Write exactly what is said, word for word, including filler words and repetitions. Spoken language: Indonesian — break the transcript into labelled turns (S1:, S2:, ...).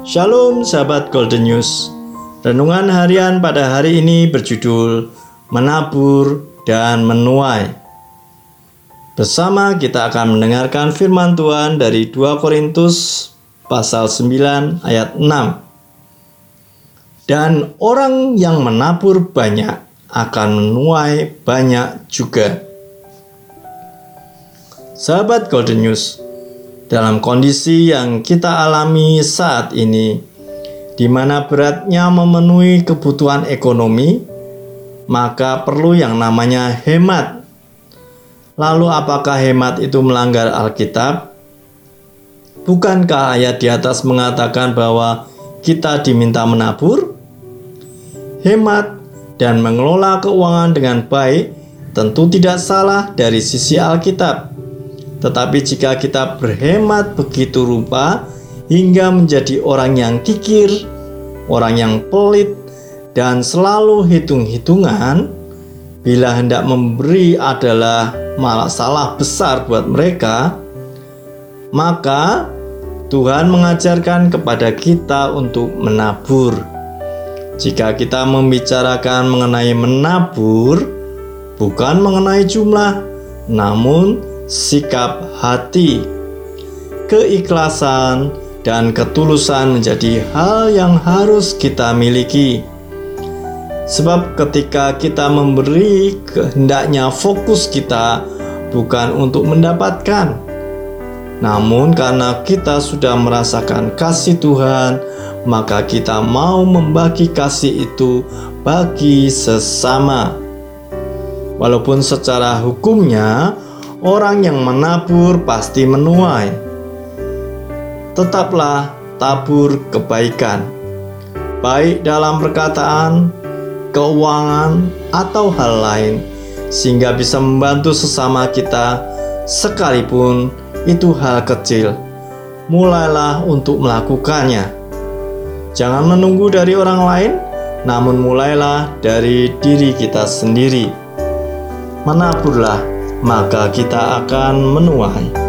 S1: Shalom sahabat Golden News. Renungan harian pada hari ini berjudul Menabur dan Menuai. Bersama kita akan mendengarkan firman Tuhan dari dua Korintus pasal sembilan ayat enam. Dan orang yang menabur banyak akan menuai banyak juga. Sahabat Golden News, dalam kondisi yang kita alami saat ini, di mana beratnya memenuhi kebutuhan ekonomi, maka perlu yang namanya hemat. Lalu apakah hemat itu melanggar Alkitab? Bukankah ayat di atas mengatakan bahwa kita diminta menabur? Hemat dan mengelola keuangan dengan baik tentu tidak salah dari sisi Alkitab. Tetapi jika kita berhemat begitu rupa hingga menjadi orang yang kikir, orang yang pelit, dan selalu hitung-hitungan, bila hendak memberi adalah malah salah besar buat mereka, maka Tuhan mengajarkan kepada kita untuk menabur. Jika kita membicarakan mengenai menabur, bukan mengenai jumlah, namun sikap hati, keikhlasan, dan ketulusan menjadi hal yang harus kita miliki. Sebab ketika kita memberi, kehendaknya fokus kita bukan untuk mendapatkan, namun karena kita sudah merasakan kasih Tuhan, maka kita mau membagi kasih itu bagi sesama. Walaupun secara hukumnya orang yang menabur pasti menuai. Tetaplah tabur kebaikan, baik dalam perkataan, keuangan, atau hal lain, sehingga bisa membantu sesama kita, sekalipun itu hal kecil. Mulailah untuk melakukannya. Jangan menunggu dari orang lain, namun mulailah dari diri kita sendiri. Menaburlah, maka kita akan menuai.